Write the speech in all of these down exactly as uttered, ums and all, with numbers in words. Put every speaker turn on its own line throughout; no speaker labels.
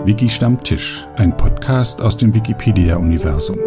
Wiki-Stammtisch, ein Podcast aus dem Wikipedia-Universum.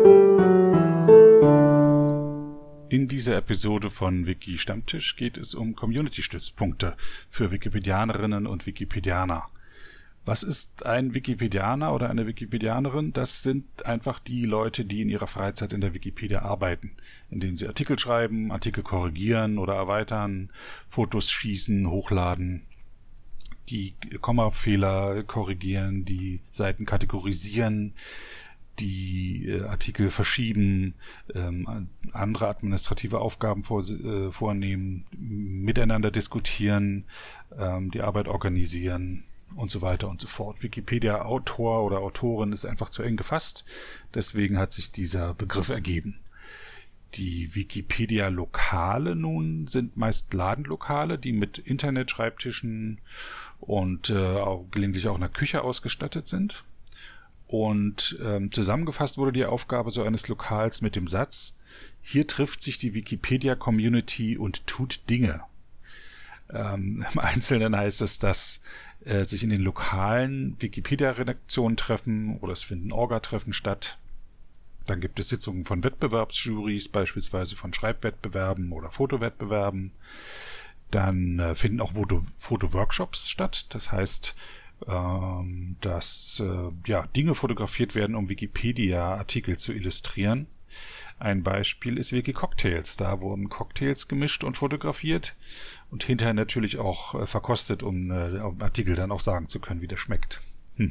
In dieser Episode von Wiki-Stammtisch geht es um Community-Stützpunkte für Wikipedianerinnen und Wikipedianer. Was ist ein Wikipedianer oder eine Wikipedianerin? Das sind einfach die Leute, die in ihrer Freizeit in der Wikipedia arbeiten, indem sie Artikel schreiben, Artikel korrigieren oder erweitern, Fotos schießen, hochladen, die Kommafehler korrigieren, die Seiten kategorisieren, die äh, Artikel verschieben, ähm, andere administrative Aufgaben vor, äh, vornehmen, miteinander diskutieren, ähm, die Arbeit organisieren und so weiter und so fort. Wikipedia-Autor oder Autorin ist einfach zu eng gefasst, deswegen hat sich dieser Begriff ergeben. Die Wikipedia-Lokale nun sind meist Ladenlokale, die mit Internet-Schreibtischen und äh, auch gelegentlich auch einer Küche ausgestattet sind. Und ähm, zusammengefasst wurde die Aufgabe so eines Lokals mit dem Satz: Hier trifft sich die Wikipedia-Community und tut Dinge. Ähm, im Einzelnen heißt es, dass äh, sich in den lokalen Wikipedia-Redaktionen treffen oder es finden Orga-Treffen statt. Dann gibt es Sitzungen von Wettbewerbsjurys, beispielsweise von Schreibwettbewerben oder Fotowettbewerben. Dann äh, finden auch Foto- Fotoworkshops statt. Das heißt, ähm, dass äh, ja, Dinge fotografiert werden, um Wikipedia-Artikel zu illustrieren. Ein Beispiel ist Wiki-Cocktails. Da wurden Cocktails gemischt und fotografiert und hinterher natürlich auch äh, verkostet, um äh, um Artikel dann auch sagen zu können, wie der schmeckt.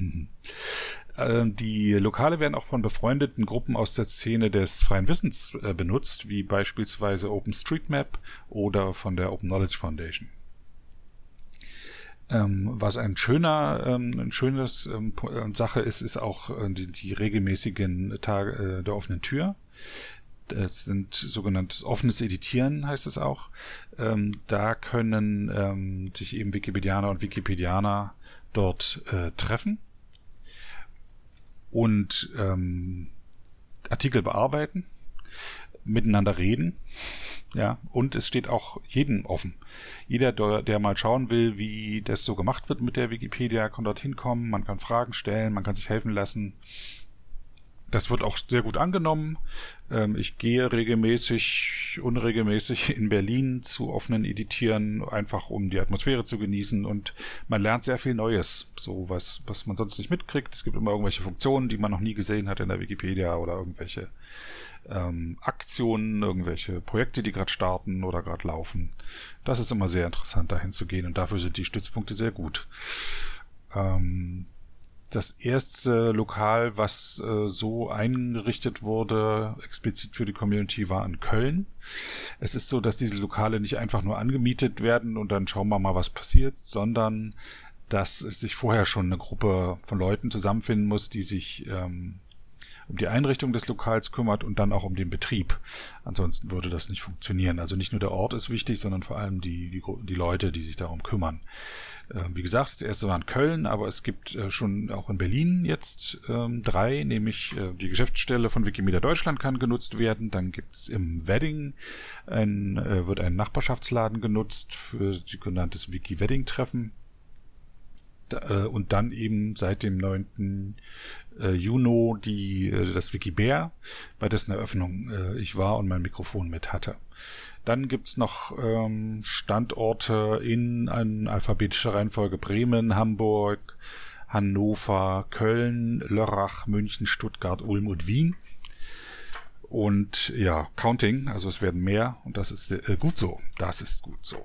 Die Lokale werden auch von befreundeten Gruppen aus der Szene des freien Wissens äh, benutzt, wie beispielsweise OpenStreetMap oder von der Open Knowledge Foundation. Ähm, was ein schöner, ähm, ein schönes ähm, Sache ist, ist auch äh, die, die regelmäßigen Tage äh, der offenen Tür. Das sind sogenanntes offenes Editieren, heißt es auch. Ähm, da können ähm, sich eben Wikipedianer und Wikipedianer dort äh, treffen und ähm, Artikel bearbeiten, miteinander reden. Ja, und es steht auch jedem offen. Jeder, der, der mal schauen will, wie das so gemacht wird mit der Wikipedia, kann dort hinkommen, man kann Fragen stellen, man kann sich helfen lassen. Das wird auch sehr gut angenommen. Ich gehe regelmäßig, unregelmäßig in Berlin zu offenen Editieren, einfach um die Atmosphäre zu genießen, und man lernt sehr viel Neues, so was, was man sonst nicht mitkriegt. Es gibt immer irgendwelche Funktionen, die man noch nie gesehen hat in der Wikipedia, oder irgendwelche ähm, Aktionen, irgendwelche Projekte, die gerade starten oder gerade laufen. Das ist immer sehr interessant, dahin zu gehen, und dafür sind die Stützpunkte sehr gut. Ähm, Das erste Lokal, was äh, so eingerichtet wurde, explizit für die Community, war in Köln. Es ist so, dass diese Lokale nicht einfach nur angemietet werden und dann schauen wir mal, was passiert, sondern dass es sich vorher schon eine Gruppe von Leuten zusammenfinden muss, die sich ähm, um die Einrichtung des Lokals kümmert und dann auch um den Betrieb. Ansonsten würde das nicht funktionieren. Also nicht nur der Ort ist wichtig, sondern vor allem die, die, die Leute, die sich darum kümmern. Wie gesagt, das erste war in Köln, aber es gibt äh, schon auch in Berlin jetzt ähm, drei, nämlich äh, die Geschäftsstelle von Wikimedia Deutschland kann genutzt werden. Dann gibt's im Wedding, ein, äh, wird ein Nachbarschaftsladen genutzt für sogenanntes Wiki-Wedding-Treffen. Da, äh, und dann eben seit dem neunten Äh, Juni die, äh, das Wikibear, bei dessen Eröffnung äh, ich war und mein Mikrofon mit hatte. Dann gibt's noch ähm, Standorte in an alphabetischer Reihenfolge: Bremen, Hamburg, Hannover, Köln, Lörrach, München, Stuttgart, Ulm und Wien. Und ja, Counting, also es werden mehr, und das ist äh, gut so. Das ist gut so.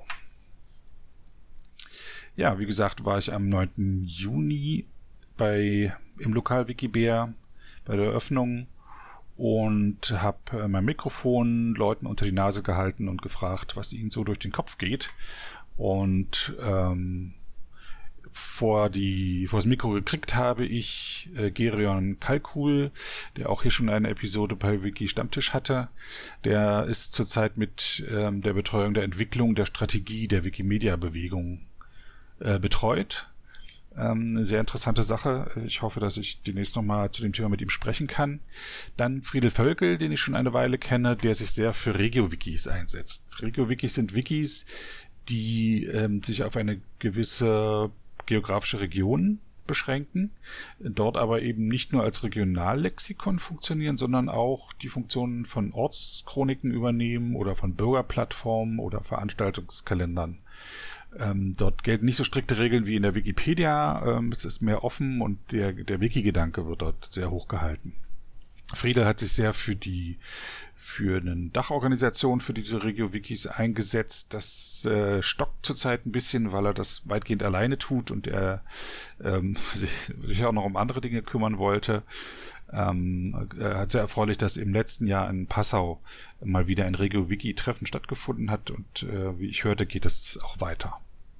Ja, wie gesagt, war ich am neunten Juni bei im Lokal Wikibear bei der Eröffnung und habe mein Mikrofon Leuten unter die Nase gehalten und gefragt, was ihnen so durch den Kopf geht. Und ähm, vor die vor das Mikro gekriegt habe ich äh, Gerion Kalkul, der auch hier schon eine Episode bei Wiki Stammtisch hatte. Der ist zurzeit mit ähm, der Betreuung der Entwicklung der Strategie der Wikimedia-Bewegung äh, betreut. Ähm, eine sehr interessante Sache. Ich hoffe, dass ich demnächst nochmal zu dem Thema mit ihm sprechen kann. Dann Friedel Völkel, den ich schon eine Weile kenne, der sich sehr für Regio-Wikis einsetzt. Regio-Wikis sind Wikis, die ähm, sich auf eine gewisse geografische Region beschränken, dort aber eben nicht nur als Regionallexikon funktionieren, sondern auch die Funktionen von Ortschroniken übernehmen oder von Bürgerplattformen oder Veranstaltungskalendern. Ähm, dort gelten nicht so strikte Regeln wie in der Wikipedia, ähm, es ist mehr offen und der, der Wiki-Gedanke wird dort sehr hoch gehalten. Friedel hat sich sehr für die für eine Dachorganisation für diese Regio-Wikis eingesetzt. Das äh, stockt zurzeit ein bisschen, weil er das weitgehend alleine tut und er ähm, sich, sich auch noch um andere Dinge kümmern wollte. Ähm, er hat sehr erfreulich, dass im letzten Jahr in Passau mal wieder ein Regio-Wiki-Treffen stattgefunden hat und äh, wie ich hörte, geht es auch weiter.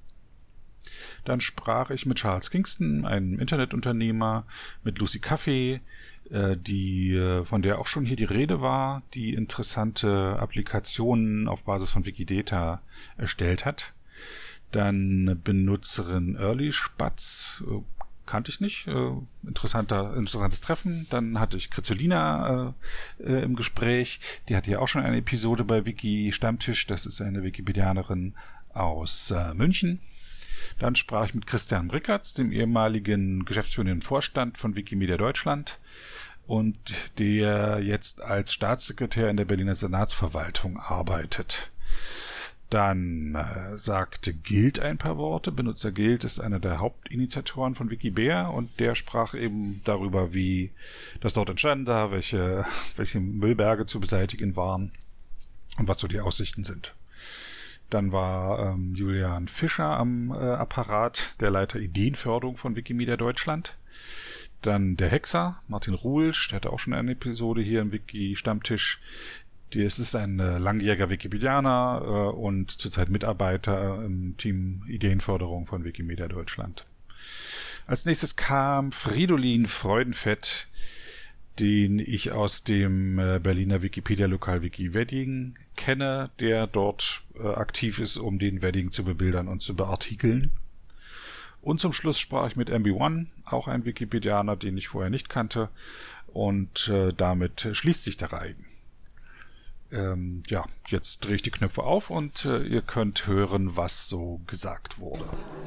Dann sprach ich mit Charles Kingston, einem Internetunternehmer, mit Lucy Kaffee, die, von der auch schon hier die Rede war, die interessante Applikationen auf Basis von Wikidata erstellt hat. Dann Benutzerin Early Spatz, kannte ich nicht, interessanter, interessantes Treffen. Dann hatte ich Krizolina äh, im Gespräch, die hatte ja auch schon eine Episode bei Wiki Stammtisch, das ist eine Wikipedianerin aus äh, München. Dann sprach ich mit Christian Brickertz, dem ehemaligen geschäftsführenden Vorstand von Wikimedia Deutschland und der jetzt als Staatssekretär in der Berliner Senatsverwaltung arbeitet. Dann äh, sagte Gild ein paar Worte. Benutzer Gild ist einer der Hauptinitiatoren von Wikibär und der sprach eben darüber, wie das dort entstanden war, welche, welche Müllberge zu beseitigen waren und was so die Aussichten sind. Dann war ähm, Julian Fischer am äh, Apparat, der Leiter Ideenförderung von Wikimedia Deutschland. Dann der Hexer, Martin Ruhlsch, der hatte auch schon eine Episode hier im Wiki-Stammtisch. Es ist ein äh, langjähriger Wikipedianer äh, und zurzeit Mitarbeiter im Team Ideenförderung von Wikimedia Deutschland. Als nächstes kam Fridolin Freudenfett, den ich aus dem äh, Berliner Wikipedia-Lokal Wiki Wedding kenne, der dort äh, aktiv ist, um den Wedding zu bebildern und zu beartikeln. Und zum Schluss sprach ich mit M B eins, auch ein Wikipedianer, den ich vorher nicht kannte, und äh, damit schließt sich der Reigen. Ähm, ja, jetzt drehe ich die Knöpfe auf und äh, ihr könnt hören, was so gesagt wurde.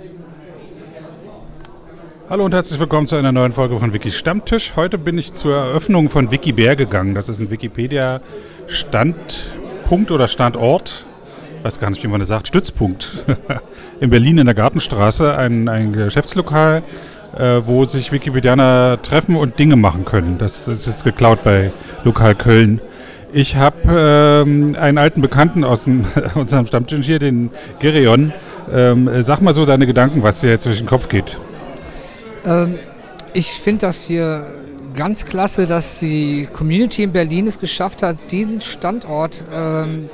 Hallo und herzlich willkommen zu einer neuen Folge von Wiki Stammtisch. Heute bin ich zur Eröffnung von Wikibär gegangen. Das ist ein Wikipedia-Standpunkt oder Standort, ich weiß gar nicht, wie man das sagt, Stützpunkt in Berlin in der Gartenstraße, ein, ein Geschäftslokal, äh, wo sich Wikipedianer treffen und Dinge machen können. Das, das ist geklaut bei Lokal Köln. Ich habe ähm, einen alten Bekannten aus dem, unserem Stammtisch hier, den Gereon. Ähm, sag mal so deine Gedanken, was dir jetzt durch den Kopf geht.
Ähm, ich finde das hier ganz klasse, dass die Community in Berlin es geschafft hat, diesen Standort ähm,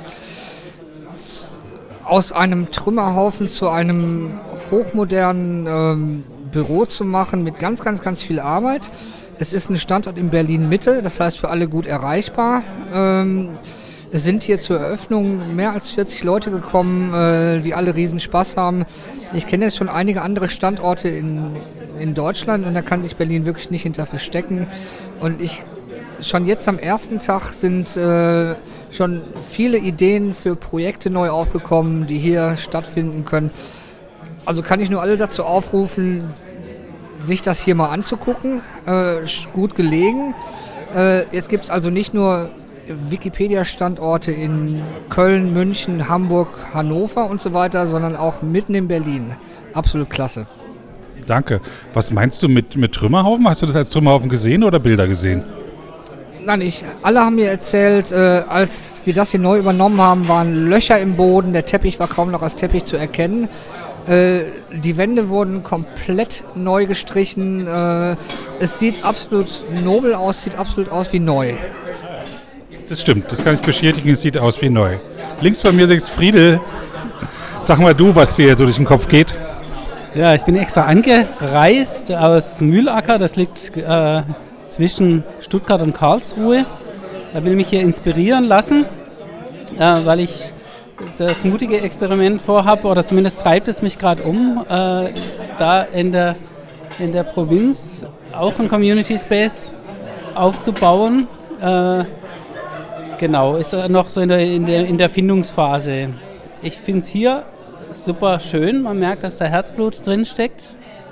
aus einem Trümmerhaufen zu einem hochmodernen ähm, Büro zu machen mit ganz, ganz, ganz viel Arbeit. Es ist ein Standort in Berlin-Mitte, das heißt für alle gut erreichbar. Ähm, es sind hier zur Eröffnung mehr als vierzig Leute gekommen, äh, die alle riesen Spaß haben. Ich kenne jetzt schon einige andere Standorte in, in Deutschland und da kann sich Berlin wirklich nicht hinter verstecken. Und ich schon jetzt am ersten Tag sind äh, schon viele Ideen für Projekte neu aufgekommen, die hier stattfinden können. Also kann ich nur alle dazu aufrufen, sich das hier mal anzugucken. Äh, gut gelegen. Äh, jetzt gibt es also nicht nur Wikipedia-Standorte in Köln, München, Hamburg, Hannover und so weiter, sondern auch mitten in Berlin. Absolut klasse.
Danke. Was meinst du mit, mit Trümmerhaufen? Hast du das als Trümmerhaufen gesehen oder Bilder gesehen?
Nein, ich, alle haben mir erzählt, äh, als sie das hier neu übernommen haben, waren Löcher im Boden, der Teppich war kaum noch als Teppich zu erkennen. Äh, die Wände wurden komplett neu gestrichen. Äh, es sieht absolut nobel aus, sieht absolut aus wie neu.
Das stimmt, das kann ich bestätigen, es sieht aus wie neu. Links bei mir sitzt Friedel. Sag mal du, was dir so durch den Kopf geht.
Ja, ich bin extra angereist aus Mühlacker, das liegt äh, zwischen Stuttgart und Karlsruhe. Da will ich mich hier inspirieren lassen, äh, weil ich das mutige Experiment vorhabe, oder zumindest treibt es mich gerade um, äh, da in der, in der Provinz auch ein Community Space aufzubauen. Äh, genau, ist noch so in der, in der, in der Findungsphase. Ich finde es hier super schön, man merkt, dass da Herzblut drin steckt.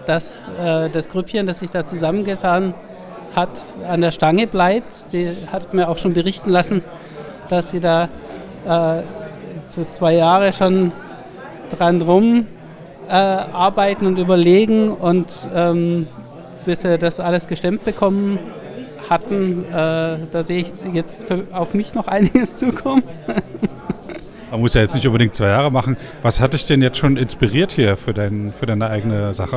dass äh, das Grüppchen, das sich da zusammengetan hat, an der Stange bleibt. Die hat mir auch schon berichten lassen, dass sie da äh, so zwei Jahre schon dran rum äh, arbeiten und überlegen und ähm, bis sie das alles gestemmt bekommen hatten, äh, da sehe ich jetzt für, auf mich noch einiges zukommen.
Man muss ja jetzt nicht unbedingt zwei Jahre machen. Was hat dich denn jetzt schon inspiriert hier für, dein, für deine eigene Sache?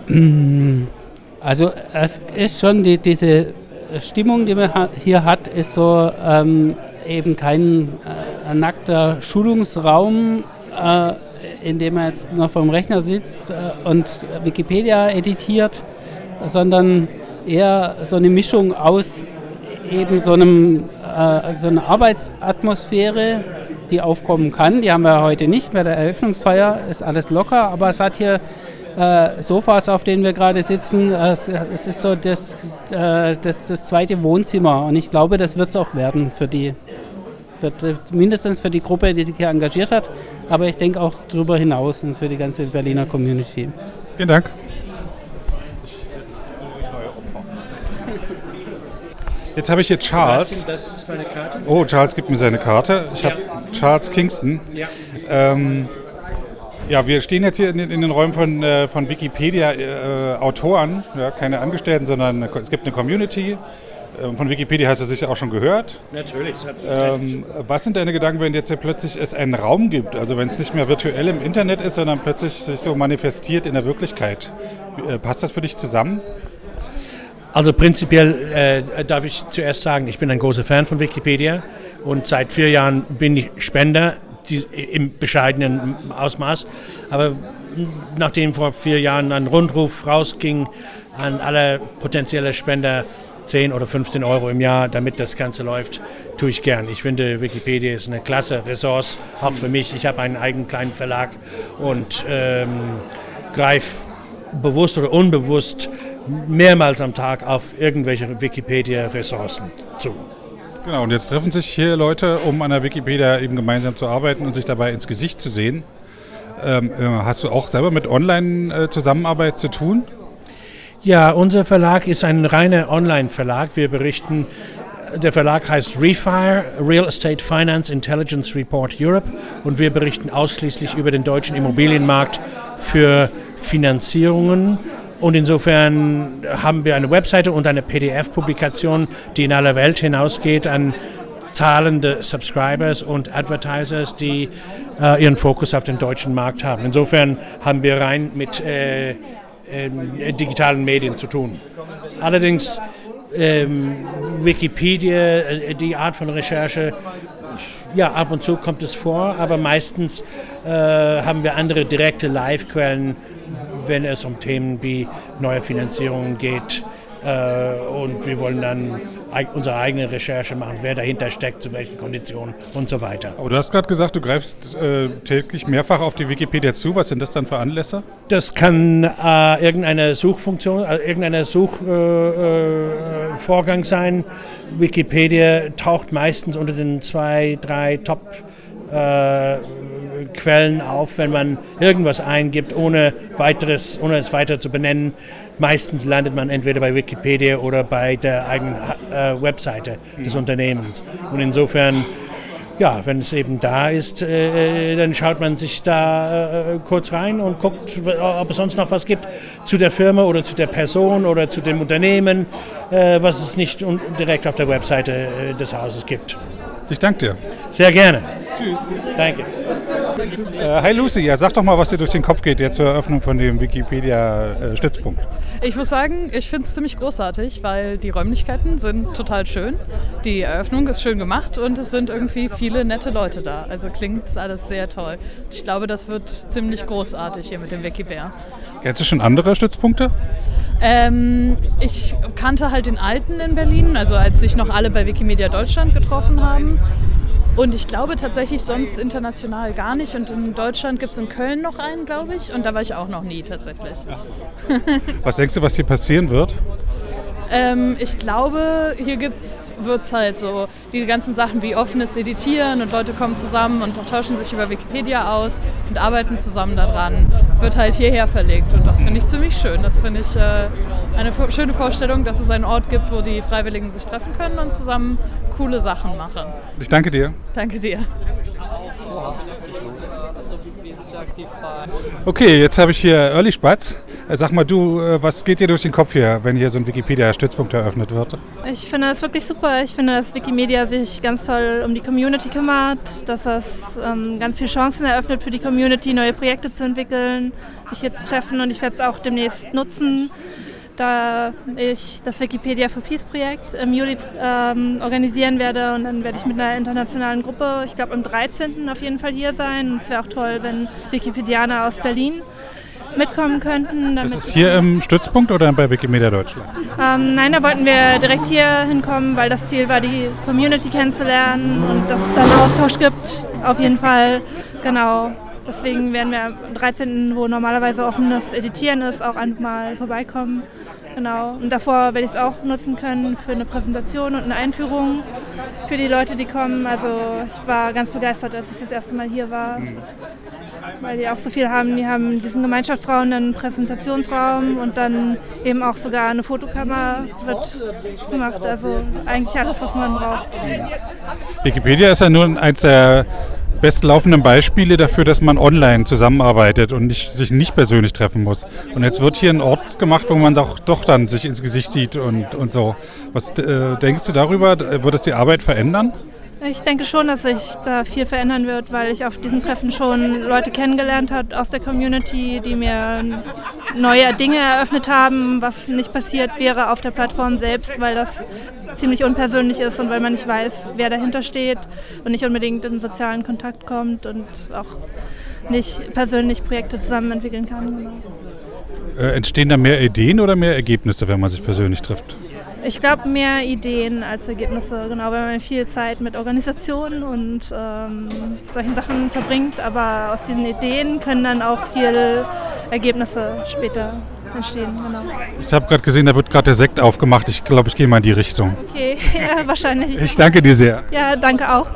Also es ist schon die, diese Stimmung, die man hier hat, ist so ähm, eben kein äh, nackter Schulungsraum, äh, in dem man jetzt nur vor dem Rechner sitzt äh, und Wikipedia editiert, sondern eher so eine Mischung aus eben so, einem, äh, so einer Arbeitsatmosphäre, die aufkommen kann. Die haben wir heute nicht. Bei der Eröffnungsfeier ist alles locker, aber es hat hier äh, Sofas, auf denen wir gerade sitzen. Es, es ist so das, äh, das, das zweite Wohnzimmer und ich glaube, das wird es auch werden für die, für, mindestens für die Gruppe, die sich hier engagiert hat, aber ich denke auch darüber hinaus und für die ganze Berliner Community.
Vielen Dank. Jetzt habe ich hier Charles.
Das ist meine Karte.
Oh, Charles gibt mir seine Karte. Ich habe
Ja.
Charles Kingston.
Ja.
Ähm, ja, wir stehen jetzt hier in, den- in den Räumen von, äh, von Wikipedia-Autoren, ja, keine Angestellten, sondern eine, es gibt eine Community. Ähm, von Wikipedia hast du sicher auch schon gehört.
Natürlich. Das
Ähm, was sind deine Gedanken, wenn jetzt hier plötzlich es einen Raum gibt, also wenn es nicht mehr virtuell im Internet ist, sondern plötzlich sich so manifestiert in der Wirklichkeit? Wie, äh, passt das für dich zusammen?
Also prinzipiell äh, darf ich zuerst sagen, ich bin ein großer Fan von Wikipedia und seit vier Jahren bin ich Spender die, im bescheidenen Ausmaß. Aber nachdem vor vier Jahren ein Rundruf rausging an alle potenzielle Spender, zehn oder fünfzehn Euro im Jahr, damit das Ganze läuft, tue ich gern. Ich finde, Wikipedia ist eine klasse Ressource, auch für mich. Ich habe einen eigenen kleinen Verlag und ähm, greife bewusst oder unbewusst mehrmals am Tag auf irgendwelche Wikipedia-Ressourcen zu.
Genau, und jetzt treffen sich hier Leute, um an der Wikipedia eben gemeinsam zu arbeiten und sich dabei ins Gesicht zu sehen. Ähm, äh, hast du auch selber mit Online-Zusammenarbeit zu tun?
Ja, unser Verlag ist ein reiner Online-Verlag. Wir berichten, der Verlag heißt Refire, Real Estate Finance Intelligence Report Europe, und wir berichten ausschließlich über den deutschen Immobilienmarkt für Finanzierungen. Und insofern haben wir eine Webseite und eine P D F-Publikation, die in aller Welt hinausgeht an zahlende Subscribers und Advertisers, die äh, ihren Fokus auf den deutschen Markt haben. Insofern haben wir rein mit äh, äh, digitalen Medien zu tun. Allerdings ähm, Wikipedia, äh, die Art von Recherche, ja, ab und zu kommt es vor, aber meistens äh, haben wir andere direkte Live-Quellen, wenn es um Themen wie neue Finanzierungen geht. Äh, und wir wollen dann eig- unsere eigene Recherche machen, wer dahinter steckt, zu welchen Konditionen und so weiter.
Aber du hast gerade gesagt, du greifst äh, täglich mehrfach auf die Wikipedia zu. Was sind das dann für Anlässe?
Das kann äh, irgendeine Suchfunktion, also irgendein Suchvorgang äh, Vorgang sein. Wikipedia taucht meistens unter den zwei, drei Top äh, Quellen auf, wenn man irgendwas eingibt, ohne weiteres, ohne es weiter zu benennen. Meistens landet man entweder bei Wikipedia oder bei der eigenen äh, Webseite des Unternehmens. Und insofern, ja, wenn es eben da ist, äh, dann schaut man sich da äh, kurz rein und guckt, ob es sonst noch was gibt zu der Firma oder zu der Person oder zu dem Unternehmen, äh, was es nicht un- direkt auf der Webseite äh, des Hauses gibt.
Ich danke dir.
Sehr gerne. Tschüss. Danke.
Äh, hi Lucy, ja, sag doch mal, was dir durch den Kopf geht jetzt zur Eröffnung von dem Wikipedia-Stützpunkt.
Ich muss sagen, ich finde es ziemlich großartig, weil die Räumlichkeiten sind total schön. Die Eröffnung ist schön gemacht und es sind irgendwie viele nette Leute da. Also klingt alles sehr toll. Ich glaube, das wird ziemlich großartig hier mit dem Wikibear.
Kennst du schon andere Stützpunkte?
Ähm, ich kannte halt den alten in Berlin, also als sich noch alle bei Wikimedia Deutschland getroffen haben. Und ich glaube tatsächlich sonst international gar nicht. Und in Deutschland gibt es in Köln noch einen, glaube ich. Und da war ich auch noch nie tatsächlich.
Was denkst du, was hier passieren wird?
Ähm, ich glaube, hier wird es halt so die ganzen Sachen wie offenes Editieren und Leute kommen zusammen und tauschen sich über Wikipedia aus und arbeiten zusammen daran, wird halt hierher verlegt. Und das finde ich ziemlich schön. Das finde ich äh, eine f- schöne Vorstellung, dass es einen Ort gibt, wo die Freiwilligen sich treffen können und zusammen coole Sachen machen.
Ich danke dir.
Danke dir.
Okay, jetzt habe ich hier Early Spatz. Sag mal du, was geht dir durch den Kopf hier, wenn hier so ein Wikipedia-Stützpunkt eröffnet wird?
Ich finde das wirklich super. Ich finde, dass Wikimedia sich ganz toll um die Community kümmert, dass das ähm, ganz viele Chancen eröffnet für die Community, neue Projekte zu entwickeln, sich hier zu treffen, und ich werde es auch demnächst nutzen, da ich das Wikipedia for Peace Projekt im Juli ähm, organisieren werde, und dann werde ich mit einer internationalen Gruppe, ich glaube am dreizehnten auf jeden Fall hier sein, und es wäre auch toll, wenn Wikipedianer aus Berlin mitkommen könnten.
Das ist hier im Stützpunkt oder bei Wikimedia Deutschland?
Ähm, nein, da wollten wir direkt hier hinkommen, weil das Ziel war, die Community kennenzulernen und dass es da einen Austausch gibt, auf jeden Fall, genau. Deswegen werden wir am dreizehnten, wo normalerweise offenes Editieren ist, auch einmal vorbeikommen. Genau. Und davor werde ich es auch nutzen können für eine Präsentation und eine Einführung für die Leute, die kommen. Also ich war ganz begeistert, als ich das erste Mal hier war, weil die auch so viel haben. Die haben diesen Gemeinschaftsraum, einen Präsentationsraum und dann eben auch sogar eine Fotokammer wird gemacht. Also eigentlich alles, was man braucht.
Wikipedia ist ja nur eins der bestlaufenden Beispiele dafür, dass man online zusammenarbeitet und nicht, sich nicht persönlich treffen muss. Und jetzt wird hier ein Ort gemacht, wo man doch, doch dann sich ins Gesicht sieht und, und so. Was äh, denkst du darüber? Wird es die Arbeit verändern?
Ich denke schon, dass sich da viel verändern wird, weil ich auf diesen Treffen schon Leute kennengelernt habe aus der Community, die mir neue Dinge eröffnet haben, was nicht passiert wäre auf der Plattform selbst, weil das ziemlich unpersönlich ist und weil man nicht weiß, wer dahinter steht und nicht unbedingt in sozialen Kontakt kommt und auch nicht persönlich Projekte zusammen entwickeln kann. Genau.
Äh, entstehen da mehr Ideen oder mehr Ergebnisse, wenn man sich persönlich trifft?
Ich glaube, mehr Ideen als Ergebnisse, genau, weil man viel Zeit mit Organisationen und ähm, solchen Sachen verbringt, aber aus diesen Ideen können dann auch viele Ergebnisse später entstehen. Genau.
Ich habe gerade gesehen, da wird gerade der Sekt aufgemacht. Ich glaube, ich gehe mal in die Richtung.
Okay, ja, wahrscheinlich.
Ich danke dir sehr.
Ja, danke auch.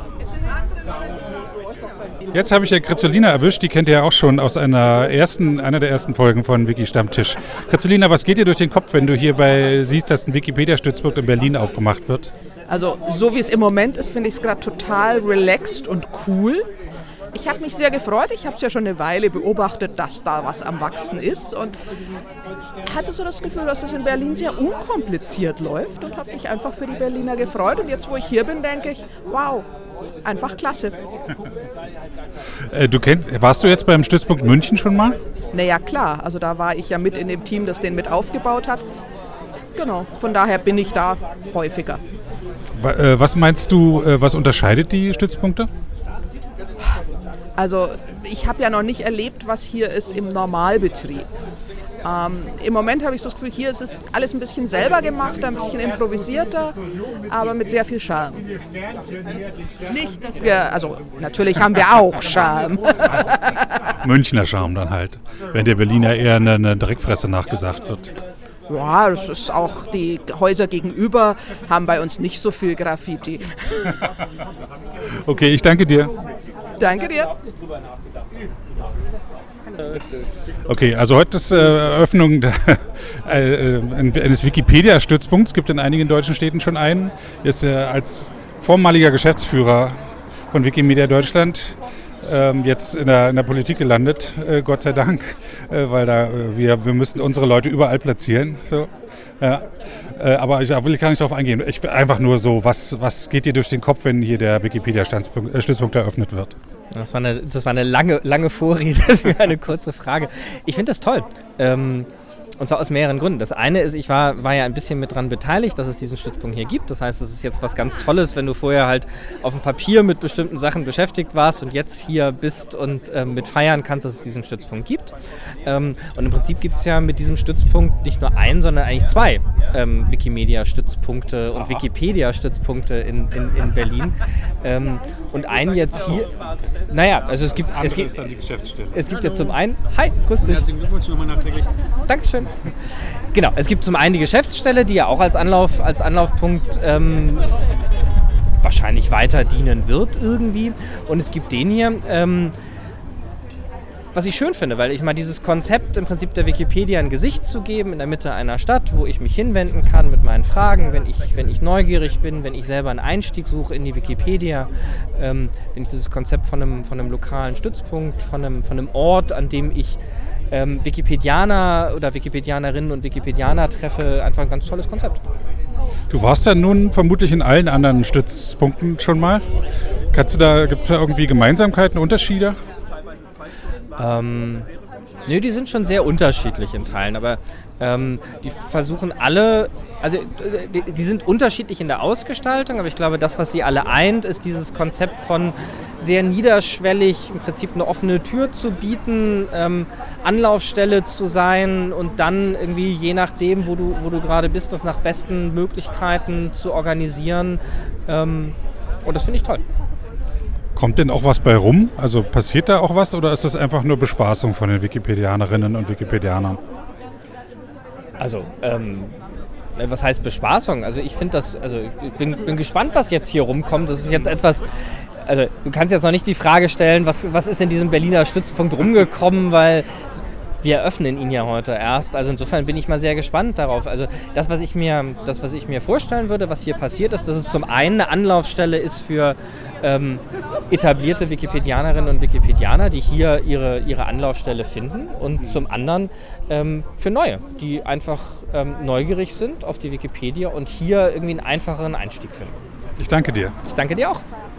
Jetzt habe ich ja Krizolina erwischt, die kennt ihr ja auch schon aus einer ersten, einer der ersten Folgen von Wiki Stammtisch. Krizolina, was geht dir durch den Kopf, wenn du hierbei siehst, dass ein Wikipedia-Stützpunkt in Berlin aufgemacht wird?
Also so wie es im Moment ist, finde ich es gerade total relaxed und cool. Ich habe mich sehr gefreut, ich habe es ja schon eine Weile beobachtet, dass da was am Wachsen ist und hatte so das Gefühl, dass es in Berlin sehr unkompliziert läuft und habe mich einfach für die Berliner gefreut. Und jetzt, wo ich hier bin, denke ich, wow, einfach klasse.
äh, du kennt, warst du jetzt beim Stützpunkt München schon mal?
Naja, klar. Also da war ich ja mit in dem Team, das den mit aufgebaut hat. Genau, von daher bin ich da häufiger.
Was meinst du, was unterscheidet die Stützpunkte?
Also ich habe ja noch nicht erlebt, was hier ist im Normalbetrieb. Ähm, Im Moment habe ich so das Gefühl, hier ist es alles ein bisschen selber gemacht, ein bisschen improvisierter, aber mit sehr viel Charme. Nicht, dass wir, also natürlich haben wir auch Charme.
Münchner Charme dann halt, wenn der Berliner eher eine, eine Dreckfresse nachgesagt wird.
Ja, das ist auch, die Häuser gegenüber haben bei uns nicht so viel Graffiti.
Okay, ich danke dir.
Danke dir.
Okay, also heute ist äh, Eröffnung der, äh, eines Wikipedia-Stützpunkts. Es gibt in einigen deutschen Städten schon einen. Er ist äh, als vormaliger Geschäftsführer von Wikimedia Deutschland ähm, jetzt in der, in der Politik gelandet, äh, Gott sei Dank, äh, weil da, äh, wir, wir müssen unsere Leute überall platzieren. So. Ja. Äh, aber ich da will ich gar nicht darauf eingehen. Ich, einfach nur so, was, was geht dir durch den Kopf, wenn hier der Wikipedia-Stützpunkt eröffnet wird?
Das war eine, das war eine lange, lange Vorrede für eine kurze Frage. Ich finde das toll. Ähm, und zwar aus mehreren Gründen. Das eine ist, ich war, war ja ein bisschen mit dran beteiligt, dass es diesen Stützpunkt hier gibt. Das heißt, es ist jetzt was ganz Tolles, wenn du vorher halt auf dem Papier mit bestimmten Sachen beschäftigt warst und jetzt hier bist und ähm, mit feiern kannst, dass es diesen Stützpunkt gibt. Ähm, und im Prinzip gibt es ja mit diesem Stützpunkt nicht nur einen, sondern eigentlich zwei ähm, Wikimedia-Stützpunkte und Wikipedia-Stützpunkte in, in, in Berlin. Ähm, und einen jetzt hier, naja, also es gibt, es gibt,
ist dann die Geschäftsstelle.
es gibt ja zum einen, hi, grüß dich.
Herzlichen Glückwunsch nochmal nachträglich.
Dankeschön. Genau, es gibt zum einen die Geschäftsstelle, die ja auch als Anlauf, als Anlaufpunkt ähm, wahrscheinlich weiter dienen wird irgendwie. Und es gibt den hier, ähm, was ich schön finde, weil ich mal dieses Konzept im Prinzip der Wikipedia ein Gesicht zu geben in der Mitte einer Stadt, wo ich mich hinwenden kann mit meinen Fragen, wenn ich, wenn ich neugierig bin, wenn ich selber einen Einstieg suche in die Wikipedia, ähm, wenn ich dieses Konzept von einem, von einem lokalen Stützpunkt, von einem, von einem Ort, an dem ich ähm, Wikipedianer oder Wikipedianerinnen und Wikipedianer treffe, einfach ein ganz tolles Konzept.
Du warst ja nun vermutlich in allen anderen Stützpunkten schon mal. Kannst du da, gibt es da irgendwie Gemeinsamkeiten, Unterschiede?
Ähm, nö, die sind schon sehr unterschiedlich in Teilen, aber ähm, die versuchen alle, also die, die sind unterschiedlich in der Ausgestaltung, aber ich glaube, das, was sie alle eint, ist dieses Konzept von sehr niederschwellig, im Prinzip eine offene Tür zu bieten, ähm, Anlaufstelle zu sein und dann irgendwie je nachdem, wo du, wo du gerade bist, das nach besten Möglichkeiten zu organisieren. Ähm, und das finde ich toll.
Kommt denn auch was bei rum? Also passiert da auch was oder ist das einfach nur Bespaßung von den Wikipedianerinnen und Wikipedianern?
Also, ähm, was heißt Bespaßung? Also ich finde das, also ich bin, bin gespannt, was jetzt hier rumkommt. Das ist jetzt etwas, also du kannst jetzt noch nicht die Frage stellen, was, was ist in diesem Berliner Stützpunkt rumgekommen, weil wir eröffnen ihn ja heute erst. Also insofern bin ich mal sehr gespannt darauf. Also das, was ich mir, das, was ich mir vorstellen würde, was hier passiert ist, dass es zum einen eine Anlaufstelle ist für ähm, etablierte Wikipedianerinnen und Wikipedianer, die hier ihre, ihre Anlaufstelle finden und zum anderen ähm, für Neue, die einfach ähm, neugierig sind auf die Wikipedia und hier irgendwie einen einfacheren Einstieg finden.
Ich danke dir.
Ich danke dir auch.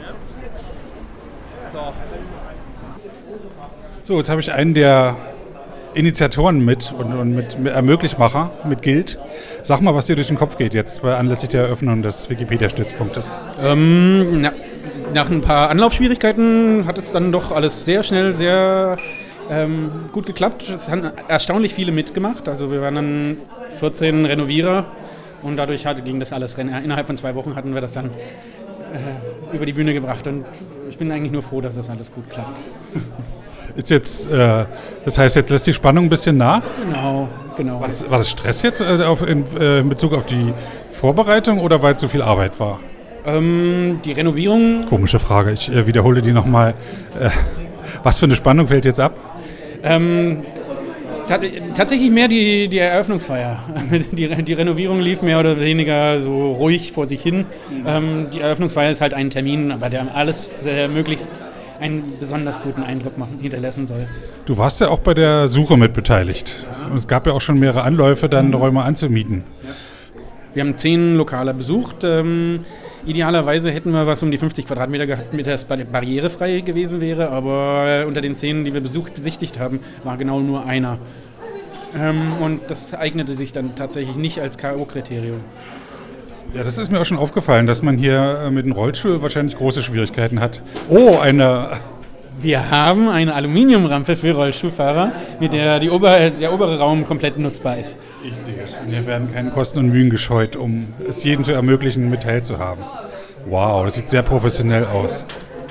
So, jetzt habe ich einen der Initiatoren mit und, und mit, mit Ermöglichmacher, mit Guild. Sag mal, was dir durch den Kopf geht jetzt bei anlässlich der Eröffnung des Wikipedia-Stützpunktes.
Ähm, na, nach ein paar Anlaufschwierigkeiten hat es dann doch alles sehr schnell, sehr ähm, gut geklappt. Es haben erstaunlich viele mitgemacht. Also wir waren dann vierzehn Renovierer und dadurch hat, ging das alles. Innerhalb von zwei Wochen hatten wir das dann äh, über die Bühne gebracht und ich bin eigentlich nur froh, dass das alles gut klappt.
Ist jetzt, äh, das heißt, jetzt lässt die Spannung ein bisschen nach?
Genau, genau.
War das, war das Stress jetzt äh, auf, in, äh, in Bezug auf die Vorbereitung oder weil zu viel Arbeit war?
Ähm, die Renovierung...
Komische Frage, ich äh, wiederhole die nochmal. Äh, was für eine Spannung fällt jetzt ab?
Ähm, t- tatsächlich mehr die, die Eröffnungsfeier. die, die Renovierung lief mehr oder weniger so ruhig vor sich hin. Mhm. Ähm, die Eröffnungsfeier ist halt ein Termin, aber der alles äh, möglichst einen besonders guten Eindruck machen, hinterlassen soll.
Du warst ja auch bei der Suche mit beteiligt. Und es gab ja auch schon mehrere Anläufe, dann mhm. Räume anzumieten.
Ja. Wir haben zehn Lokale besucht. Ähm, idealerweise hätten wir was um die fünfzig Quadratmeter gehabt, mit das barrierefrei gewesen wäre, aber unter den zehn, die wir besucht, besichtigt haben, war genau nur einer. Ähm, und das eignete sich dann tatsächlich nicht als K O-Kriterium.
Ja, das ist mir auch schon aufgefallen, dass man hier mit dem Rollstuhl wahrscheinlich große Schwierigkeiten hat. Oh, eine...
Wir haben eine Aluminiumrampe für Rollstuhlfahrer, mit der die Ober, der obere Raum komplett nutzbar ist.
Ich sehe schon. Hier werden keine Kosten und Mühen gescheut, um es jedem zu ermöglichen, mit teilzuhaben. Wow, das sieht sehr professionell aus.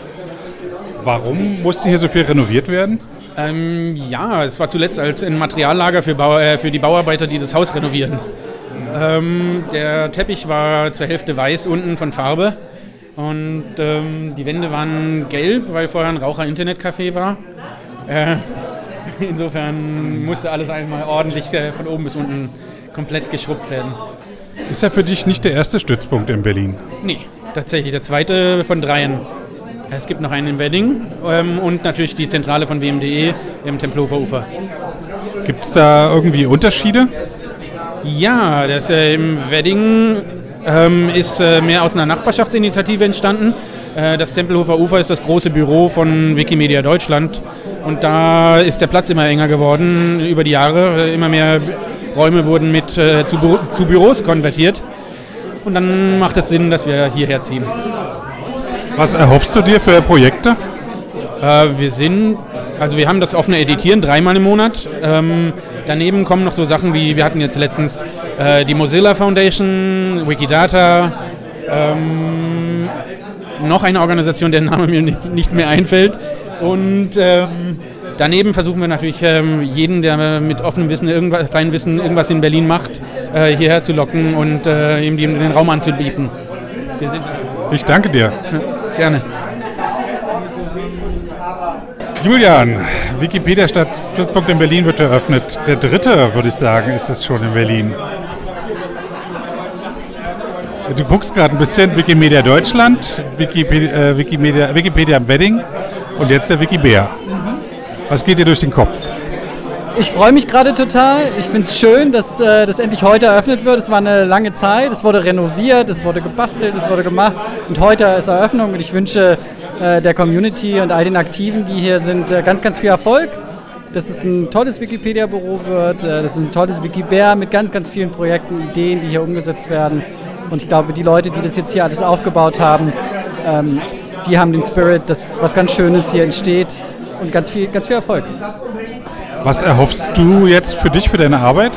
Warum musste hier so viel renoviert werden?
Ähm, ja, es war zuletzt als ein Materiallager für, Bau, äh, für die Bauarbeiter, die das Haus renovieren. Ähm, der Teppich war zur Hälfte weiß unten von Farbe und ähm, die Wände waren gelb, weil vorher ein Raucher-Internetcafé war. Äh, insofern musste alles einmal ordentlich äh, von oben bis unten komplett geschrubbt werden.
Ist ja für dich nicht der erste Stützpunkt in Berlin?
Nee, tatsächlich der zweite von dreien. Es gibt noch einen in Wedding ähm, und natürlich die Zentrale von W M D E im Tempelhofer Ufer.
Gibt es da irgendwie Unterschiede?
Ja, das äh, im Wedding ähm, ist äh, mehr aus einer Nachbarschaftsinitiative entstanden. Äh, das Tempelhofer Ufer ist das große Büro von Wikimedia Deutschland und da ist der Platz immer enger geworden über die Jahre. Äh, immer mehr Räume wurden mit äh, zu, Bü- zu Büros konvertiert und dann macht es Sinn, dass wir hierher ziehen.
Was erhoffst du dir für Projekte?
Äh, wir sind, also wir haben das offene Editieren dreimal im Monat. Ähm, daneben kommen noch so Sachen wie, wir hatten jetzt letztens äh, die Mozilla Foundation, Wikidata, ähm, noch eine Organisation, deren Name mir nicht mehr einfällt. Und ähm, daneben versuchen wir natürlich ähm, jeden, der mit offenem Wissen, irgendwas, freiem Wissen irgendwas in Berlin macht, äh, hierher zu locken und äh, ihm den Raum anzubieten. Wir sind
ich danke dir.
Ja, gerne.
Julian, Wikipedia-Stützpunkt in Berlin wird eröffnet. Der dritte, würde ich sagen, ist es schon in Berlin. Du guckst gerade ein bisschen Wikimedia Deutschland, Wikipedia, äh, Wikimedia, Wikipedia im Wedding und jetzt der Wikibär. Was geht dir durch den Kopf?
Ich freue mich gerade total. Ich finde es schön, dass äh, das endlich heute eröffnet wird. Es war eine lange Zeit. Es wurde renoviert, es wurde gebastelt, es wurde gemacht. Und heute ist Eröffnung. Und ich wünsche äh, der Community und all den Aktiven, die hier sind, äh, ganz, ganz viel Erfolg. Dass es ein tolles Wikipedia-Büro wird. Äh, dass es ein tolles Wikibär mit ganz, ganz vielen Projekten, Ideen, die hier umgesetzt werden. Und ich glaube, die Leute, die das jetzt hier alles aufgebaut haben, ähm, die haben den Spirit, dass was ganz Schönes hier entsteht. Und ganz viel, ganz viel Erfolg.
Was erhoffst du jetzt für dich, für deine Arbeit?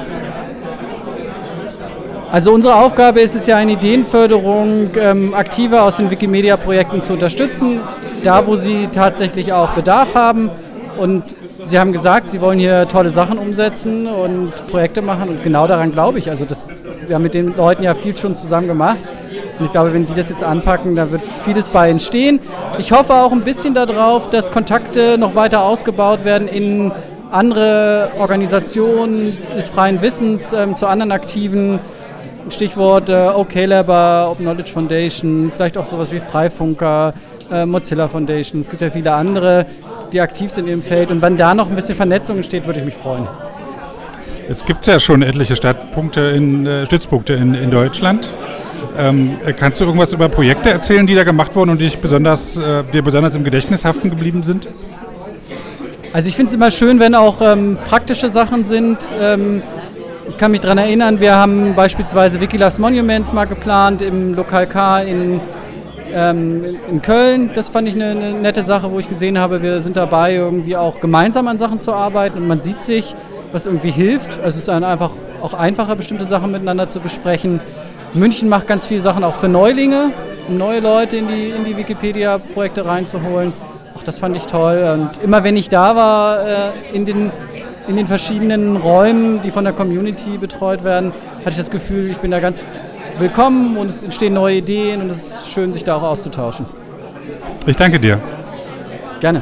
Also unsere Aufgabe ist es ja, eine Ideenförderung ähm, aktiver aus den Wikimedia-Projekten zu unterstützen, da wo sie tatsächlich auch Bedarf haben. Und sie haben gesagt, sie wollen hier tolle Sachen umsetzen und Projekte machen und genau daran glaube ich. Also das, wir haben mit den Leuten ja viel schon zusammen gemacht. Und ich glaube, wenn die das jetzt anpacken, da wird vieles bei entstehen. Ich hoffe auch ein bisschen darauf, dass Kontakte noch weiter ausgebaut werden in andere Organisationen des freien Wissens, ähm, zu anderen Aktiven. Stichwort äh, OKLabor, Open Knowledge Foundation, vielleicht auch sowas wie Freifunker, äh, Mozilla Foundation. Es gibt ja viele andere, die aktiv sind im Feld. Und wenn da noch ein bisschen Vernetzung entsteht, würde ich mich freuen.
Jetzt gibt es ja schon etliche Stadtpunkte in, äh, Stützpunkte in, in Deutschland. Ähm, kannst du irgendwas über Projekte erzählen, die da gemacht wurden und die dich besonders, äh, dir besonders im Gedächtnis haften geblieben sind?
Also ich finde es immer schön, wenn auch ähm, praktische Sachen sind. Ähm, ich kann mich daran erinnern, wir haben beispielsweise Wikilast Monuments mal geplant im Lokal K in, ähm, in Köln. Das fand ich eine, eine nette Sache, wo ich gesehen habe, wir sind dabei, irgendwie auch gemeinsam an Sachen zu arbeiten und man sieht sich, was irgendwie hilft. Also es ist dann einfach auch einfacher, bestimmte Sachen miteinander zu besprechen. München macht ganz viele Sachen auch für Neulinge, um neue Leute in die, in die Wikipedia-Projekte reinzuholen. Auch das fand ich toll. Und immer wenn ich da war, äh, in, den, in den verschiedenen Räumen, die von der Community betreut werden, hatte ich das Gefühl, ich bin da ganz willkommen und es entstehen neue Ideen und es ist schön, sich da auch auszutauschen.
Ich danke dir.
Gerne.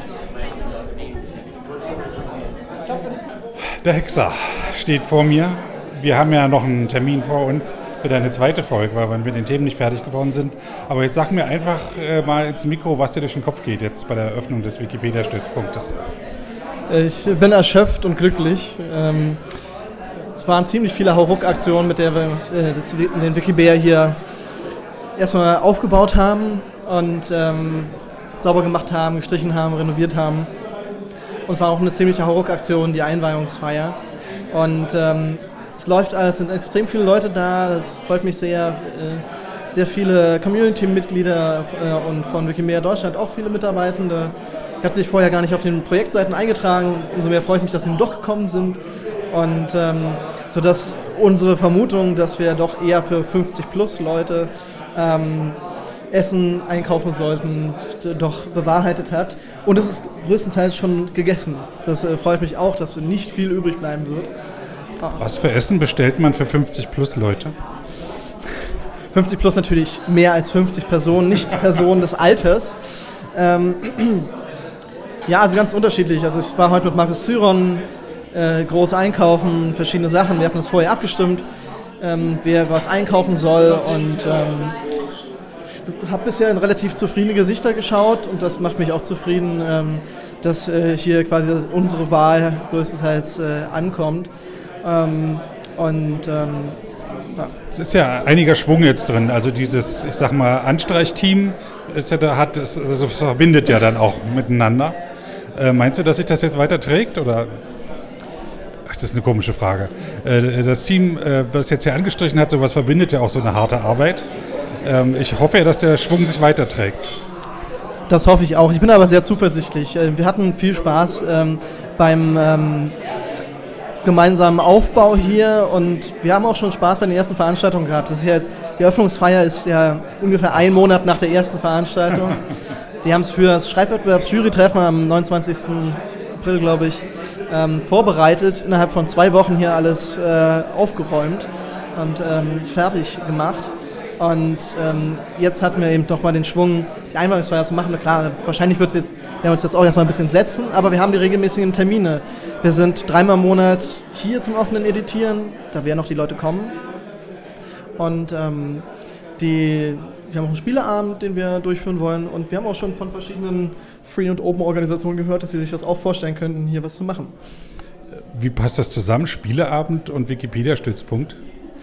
Der Hexer steht vor mir. Wir haben ja noch einen Termin vor uns für deine zweite Folge, weil wir mit den Themen nicht fertig geworden sind. Aber jetzt sag mir einfach äh, mal ins Mikro, was dir durch den Kopf geht jetzt bei der Eröffnung des Wikipedia-Stützpunktes.
Ich bin erschöpft und glücklich. Ähm, es waren ziemlich viele Hauruck-Aktionen, mit der wir äh, den Wikibär hier erstmal aufgebaut haben und ähm, sauber gemacht haben, gestrichen haben, renoviert haben. Und es war auch eine ziemliche Hauruck-Aktion, die Einweihungsfeier. Und ähm, es läuft alles, es sind extrem viele Leute da, das freut mich sehr. Äh, sehr viele Community-Mitglieder äh, und von Wikimedia Deutschland auch viele Mitarbeitende. Ich hatte sich vorher gar nicht auf den Projektseiten eingetragen, umso mehr freut mich, dass sie doch gekommen sind. Und ähm, sodass unsere Vermutung, dass wir doch eher für fünfzig plus Leute ähm, Essen einkaufen sollten, doch bewahrheitet hat. Und es ist größtenteils schon gegessen. Das äh, freut mich auch, dass nicht viel übrig bleiben wird.
Was für Essen bestellt man für fünfzig plus Leute?
fünfzig plus natürlich mehr als fünfzig Personen, nicht Personen des Alters. Ähm, ja, also ganz unterschiedlich. Also ich war heute mit Markus Zyron äh, groß einkaufen, verschiedene Sachen. Wir hatten das vorher abgestimmt, ähm, wer was einkaufen soll. Und ähm, ich habe bisher in relativ zufriedene Gesichter geschaut und das macht mich auch zufrieden, ähm, dass äh, hier quasi unsere Wahl größtenteils äh, ankommt. Ähm, und ähm, ja.
Es ist ja einiger Schwung jetzt drin, also dieses, ich sag mal, Anstreichteam ist ja da, hat, es, also es verbindet ja dann auch miteinander. Äh, meinst du, dass sich das jetzt weiter trägt oder? Ach, das ist eine komische Frage. Äh, das Team, äh, was jetzt hier angestrichen hat, sowas verbindet ja auch so eine harte Arbeit. Ähm, ich hoffe ja, dass der Schwung sich weiterträgt.
Das hoffe ich auch. Ich bin aber sehr zuversichtlich. Wir hatten viel Spaß ähm, beim ähm, gemeinsamen Aufbau hier und wir haben auch schon Spaß bei den ersten Veranstaltungen gehabt. Das ist ja jetzt, die Eröffnungsfeier ist ja ungefähr einen Monat nach der ersten Veranstaltung. Wir haben es für das Schreibwettbewerbs-Jury-Treffen am neunundzwanzigsten April, glaube ich, ähm, vorbereitet, innerhalb von zwei Wochen hier alles äh, aufgeräumt und ähm, fertig gemacht. Und ähm, jetzt hatten wir eben nochmal den Schwung, die Einweihungsfeier zu machen. Na klar, wahrscheinlich wird es jetzt, werden wir uns jetzt auch erstmal ein bisschen setzen, aber wir haben die regelmäßigen Termine. Wir sind dreimal im Monat hier zum offenen Editieren, da werden auch die Leute kommen. Und ähm, die, wir haben auch einen Spieleabend, den wir durchführen wollen. Und wir haben auch schon von verschiedenen Free- und Open-Organisationen gehört, dass sie sich das auch vorstellen könnten, hier was zu machen.
Wie passt das zusammen, Spieleabend und Wikipedia-Stützpunkt?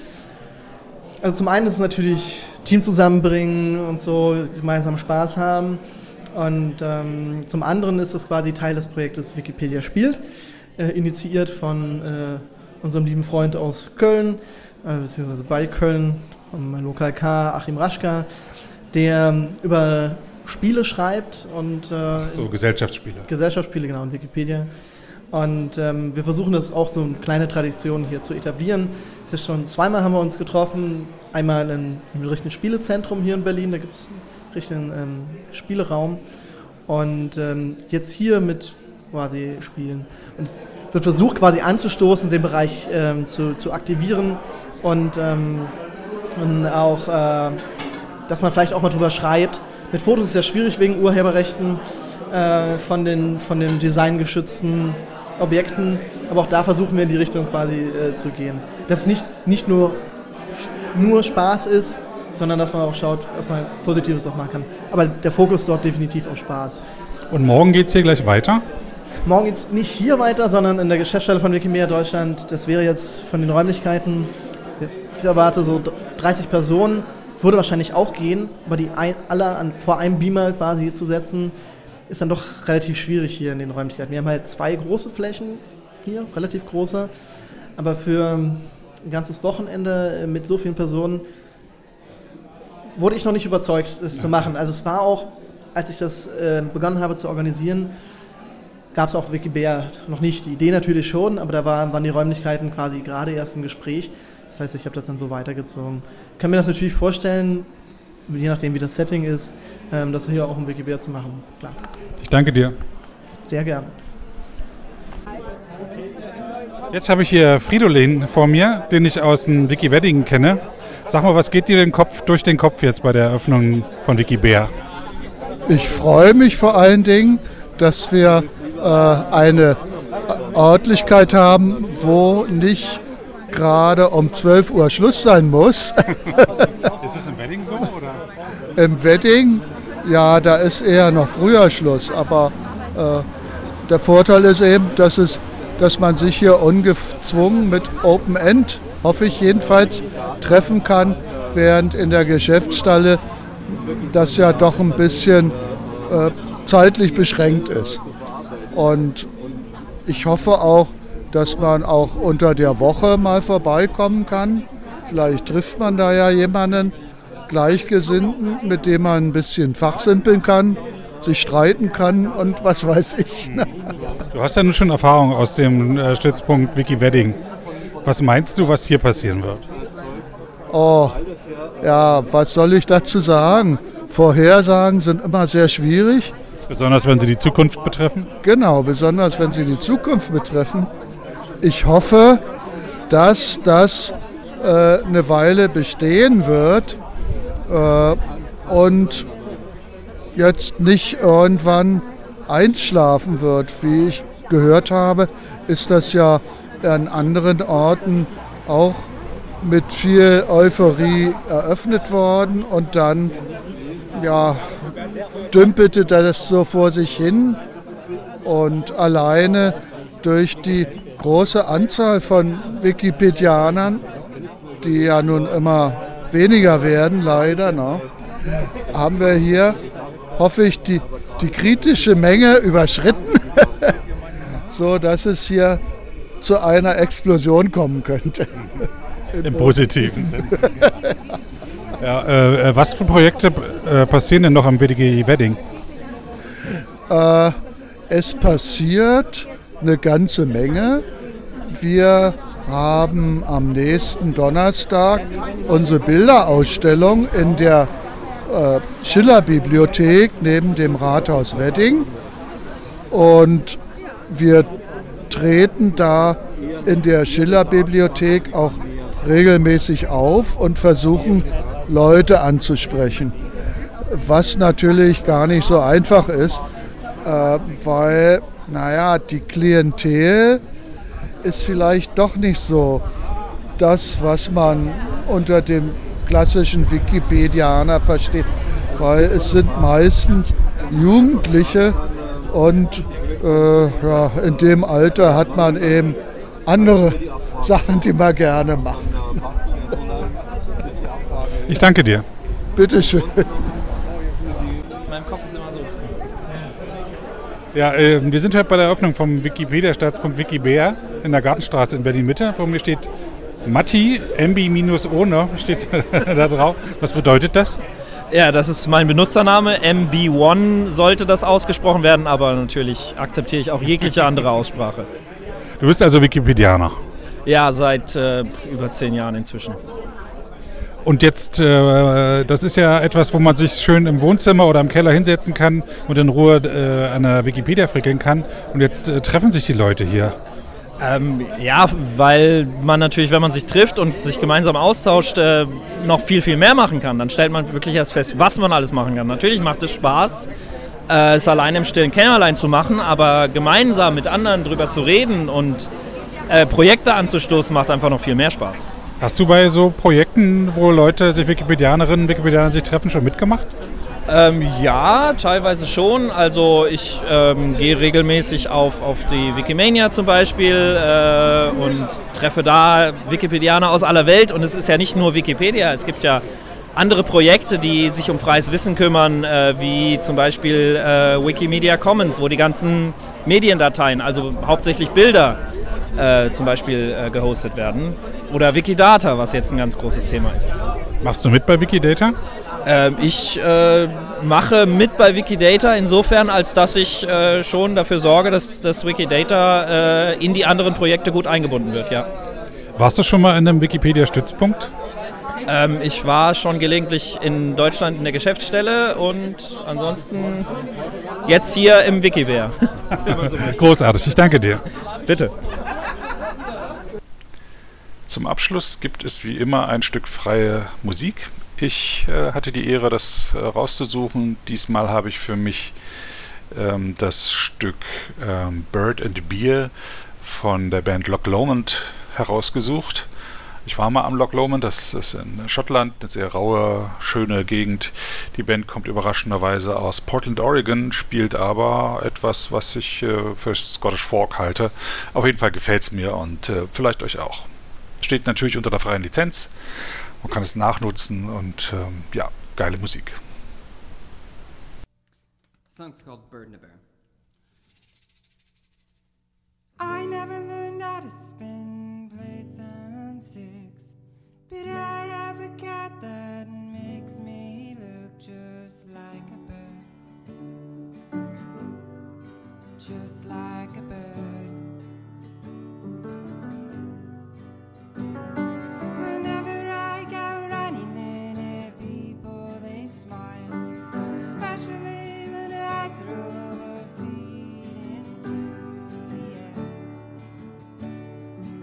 Also zum einen ist es natürlich Team zusammenbringen und so, gemeinsam Spaß haben. Und ähm, zum anderen ist es quasi Teil des Projektes Wikipedia spielt, äh, initiiert von äh, unserem lieben Freund aus Köln, äh, beziehungsweise bei Köln, vom Lokal K, Achim Raschka, der ähm, über Spiele schreibt und äh,
so Gesellschaftsspiele.
Gesellschaftsspiele, genau, in Wikipedia. Und ähm, wir versuchen das auch so eine kleine Tradition hier zu etablieren. Es ist schon zweimal haben wir uns getroffen, einmal im, im richtigen Spielezentrum hier in Berlin, da gibt es einen richtigen ähm, Spieleraum und ähm, jetzt hier mit quasi Spielen. Und es wird versucht quasi anzustoßen, den Bereich ähm, zu, zu aktivieren und, ähm, und auch, äh, dass man vielleicht auch mal drüber schreibt. Mit Fotos ist es ja schwierig wegen Urheberrechten äh, von den, von den designgeschützten Objekten, aber auch da versuchen wir in die Richtung quasi äh, zu gehen. Dass es nicht, nicht nur, nur Spaß ist, sondern dass man auch schaut, was man Positives auch machen kann. Aber der Fokus dort definitiv auf Spaß.
Und morgen geht es hier gleich weiter?
Morgen geht es nicht hier weiter, sondern in der Geschäftsstelle von Wikimedia Deutschland. Das wäre jetzt von den Räumlichkeiten, ich erwarte so dreißig Personen, würde wahrscheinlich auch gehen, aber die ein, alle an, vor einem Beamer quasi zu setzen, ist dann doch relativ schwierig hier in den Räumlichkeiten. Wir haben halt zwei große Flächen hier, relativ große, aber für ein ganzes Wochenende mit so vielen Personen wurde ich noch nicht überzeugt, das ja. zu machen. Also es war auch, als ich das äh, begonnen habe zu organisieren, gab es auch Wikibear noch nicht. Die Idee natürlich schon, aber da war, waren die Räumlichkeiten quasi gerade erst im Gespräch. Das heißt, ich habe das dann so weitergezogen. Ich kann mir das natürlich vorstellen, je nachdem wie das Setting ist, ähm, das hier auch im Wikibear zu machen. Klar.
Ich danke dir.
Sehr gern.
Jetzt habe ich hier Fridolin vor mir, den ich aus dem Wiki-Wedding kenne. Sag mal, was geht dir den Kopf, durch den Kopf jetzt bei der Eröffnung von Wikibear?
Ich freue mich vor allen Dingen, dass wir äh, eine Örtlichkeit haben, wo nicht gerade um zwölf Uhr Schluss sein muss.
Ist das im Wedding so? Oder?
Im Wedding, ja, da ist eher noch früher Schluss. Aber äh, der Vorteil ist eben, dass, es, dass man sich hier ungezwungen mit Open End, hoffe ich jedenfalls, treffen kann, während in der Geschäftsstelle das ja doch ein bisschen äh, zeitlich beschränkt ist. Und ich hoffe auch, dass man auch unter der Woche mal vorbeikommen kann. Vielleicht trifft man da ja jemanden, Gleichgesinnten, mit dem man ein bisschen fachsimpeln kann, sich streiten kann und was weiß ich.
Du hast ja nun schon Erfahrung aus dem äh, Stützpunkt Wiki-Wedding. Was meinst du, was hier passieren wird?
Oh, ja, was soll ich dazu sagen? Vorhersagen sind immer sehr schwierig.
Besonders wenn sie die Zukunft betreffen?
Genau, besonders wenn sie die Zukunft betreffen. Ich hoffe, dass das äh, eine Weile bestehen wird äh, und jetzt nicht irgendwann einschlafen wird. Wie ich gehört habe, ist das ja an anderen Orten auch mit viel Euphorie eröffnet worden und dann ja, dümpelte das so vor sich hin und alleine durch die große Anzahl von Wikipedianern, die ja nun immer weniger werden, leider, ne, haben wir hier, hoffe ich, die, die kritische Menge überschritten, so dass es hier zu einer Explosion kommen könnte.
Im, Im positiven Sinne. Ja, äh, was für Projekte äh, passieren denn noch am Wiki-Wedding?
Äh, es passiert eine ganze Menge. wir haben am nächsten Donnerstag unsere Bilderausstellung in der äh, Schiller-Bibliothek neben dem Rathaus Wedding. Und wir treten da in der Schiller-Bibliothek auch regelmäßig auf und versuchen, Leute anzusprechen. Was natürlich gar nicht so einfach ist, äh, weil, naja, die Klientel ist vielleicht doch nicht so das, was man unter dem klassischen Wikipedianer versteht, weil es sind meistens Jugendliche und äh, ja, in dem Alter hat man eben andere Sachen, die man gerne macht.
Ich danke dir.
Bitteschön.
Mein Kopf ist immer so.
Ja, äh, wir sind heute bei der Eröffnung vom Wikipedia-Stützpunkt Wikibär in der Gartenstraße in Berlin-Mitte. Vor mir steht Matti, M B minus ohne, steht da drauf. Was bedeutet das?
Ja, das ist mein Benutzername. M B eins sollte das ausgesprochen werden, aber natürlich akzeptiere ich auch jegliche andere Aussprache.
Du bist also Wikipedianer?
Ja, seit äh, über zehn Jahren inzwischen.
Und jetzt, äh, das ist ja etwas, wo man sich schön im Wohnzimmer oder im Keller hinsetzen kann und in Ruhe äh, an der Wikipedia frickeln kann. Und jetzt äh, treffen sich die Leute hier.
Ähm, ja, weil man natürlich, wenn man sich trifft und sich gemeinsam austauscht, äh, noch viel, viel mehr machen kann. Dann stellt man wirklich erst fest, was man alles machen kann. Natürlich macht es Spaß, äh, es allein im stillen Kämmerlein zu machen, aber gemeinsam mit anderen drüber zu reden und äh, Projekte anzustoßen, macht einfach noch viel mehr Spaß.
Hast du bei so Projekten, wo Leute sich Wikipedianerinnen und Wikipedianer sich treffen, schon mitgemacht?
Ähm, ja, teilweise schon. Also ich ähm, gehe regelmäßig auf, auf die Wikimania zum Beispiel äh, und treffe da Wikipedianer aus aller Welt. Und es ist ja nicht nur Wikipedia, es gibt ja andere Projekte, die sich um freies Wissen kümmern, äh, wie zum Beispiel äh, Wikimedia Commons, wo die ganzen Mediendateien, also hauptsächlich Bilder, äh, zum Beispiel äh, gehostet werden. Oder Wikidata, was jetzt ein ganz großes Thema ist.
Machst du mit bei Wikidata?
Ähm, ich äh, mache mit bei Wikidata insofern, als dass ich äh, schon dafür sorge, dass das Wikidata äh, in die anderen Projekte gut eingebunden wird, ja.
Warst du schon mal in einem Wikipedia-Stützpunkt?
Ähm, ich war schon gelegentlich in Deutschland in der Geschäftsstelle und ansonsten jetzt hier im Wikibär.
So großartig, ich danke dir.
Bitte.
Zum Abschluss gibt es wie immer ein Stück freie Musik. Ich äh, hatte die Ehre, das äh, rauszusuchen. Diesmal habe ich für mich ähm, das Stück ähm, Bird and Beer von der Band Loch Lomond herausgesucht. Ich war mal am Loch Lomond, das ist in Schottland, eine sehr raue, schöne Gegend. Die Band kommt überraschenderweise aus Portland, Oregon, spielt aber etwas, was ich äh, für Scottish Folk halte. Auf jeden Fall gefällt es mir und äh, vielleicht euch auch. Steht natürlich unter der freien Lizenz. Man kann es nachnutzen und ähm, ja, geile Musik.
The song's called Bird and a Bear. I never learned how to spin plates and sticks, but I have a cat that makes me look just like a bird, just like a bird. Whenever I go running in, people they smile, especially when I throw my feet into the air.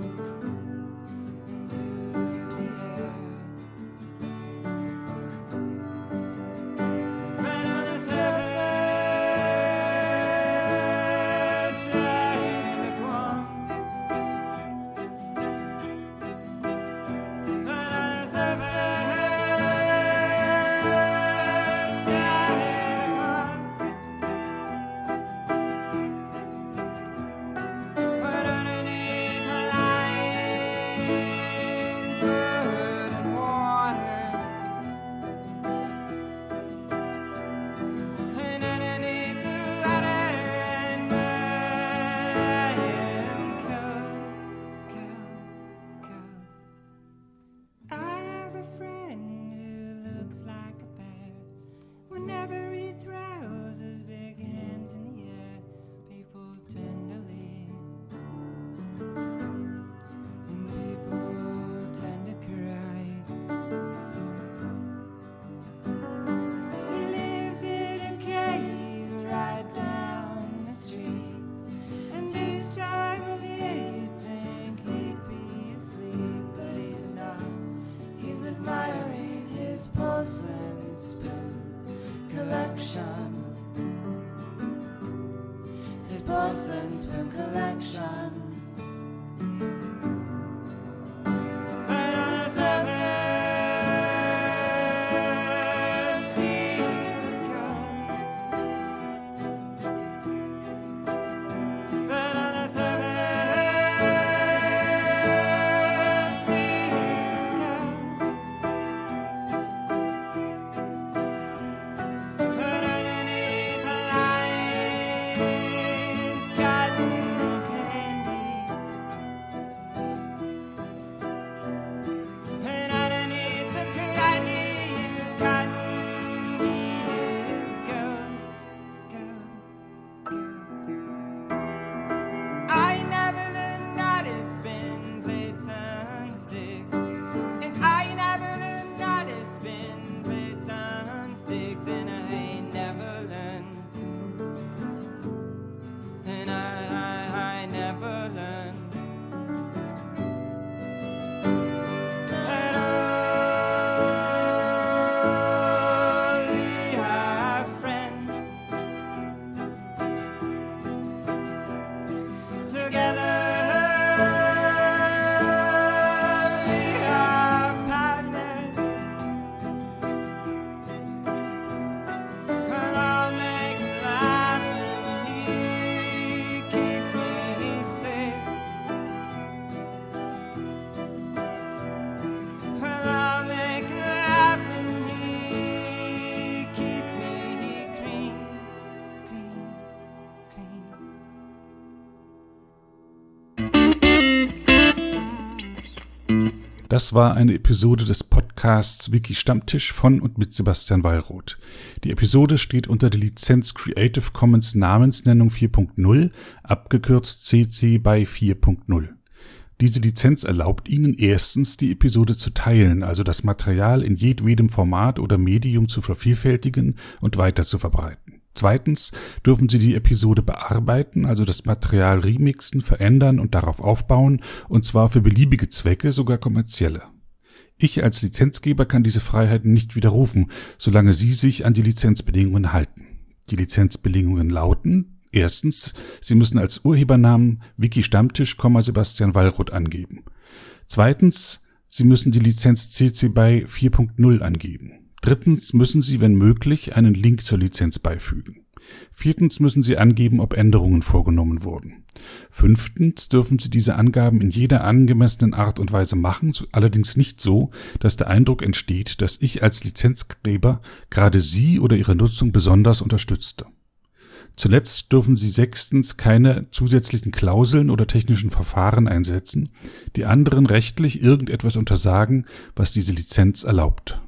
Das war eine Episode des Podcasts Wiki Stammtisch von und mit Sebastian Wallroth. Die Episode steht unter der Lizenz Creative Commons Namensnennung vier Punkt null, abgekürzt C C BY vier Punkt null. Diese Lizenz erlaubt Ihnen erstens, die Episode zu teilen, also das Material in jedwedem Format oder Medium zu vervielfältigen und weiter zu verbreiten. Zweitens dürfen Sie die Episode bearbeiten, also das Material remixen, verändern und darauf aufbauen, und zwar für beliebige Zwecke, sogar kommerzielle. Ich als Lizenzgeber kann diese Freiheiten nicht widerrufen, solange Sie sich an die Lizenzbedingungen halten. Die Lizenzbedingungen lauten: Erstens, Sie müssen als Urhebernamen Wiki Stammtisch, Sebastian Wallroth angeben. Zweitens, Sie müssen die Lizenz C C BY vier Punkt null angeben. Drittens müssen Sie, wenn möglich, einen Link zur Lizenz beifügen. Viertens müssen Sie angeben, ob Änderungen vorgenommen wurden. Fünftens dürfen Sie diese Angaben in jeder angemessenen Art und Weise machen, allerdings nicht so, dass der Eindruck entsteht, dass ich als Lizenzgeber gerade Sie oder Ihre Nutzung besonders unterstützte. Zuletzt dürfen Sie sechstens keine zusätzlichen Klauseln oder technischen Verfahren einsetzen, die anderen rechtlich irgendetwas untersagen, was diese Lizenz erlaubt.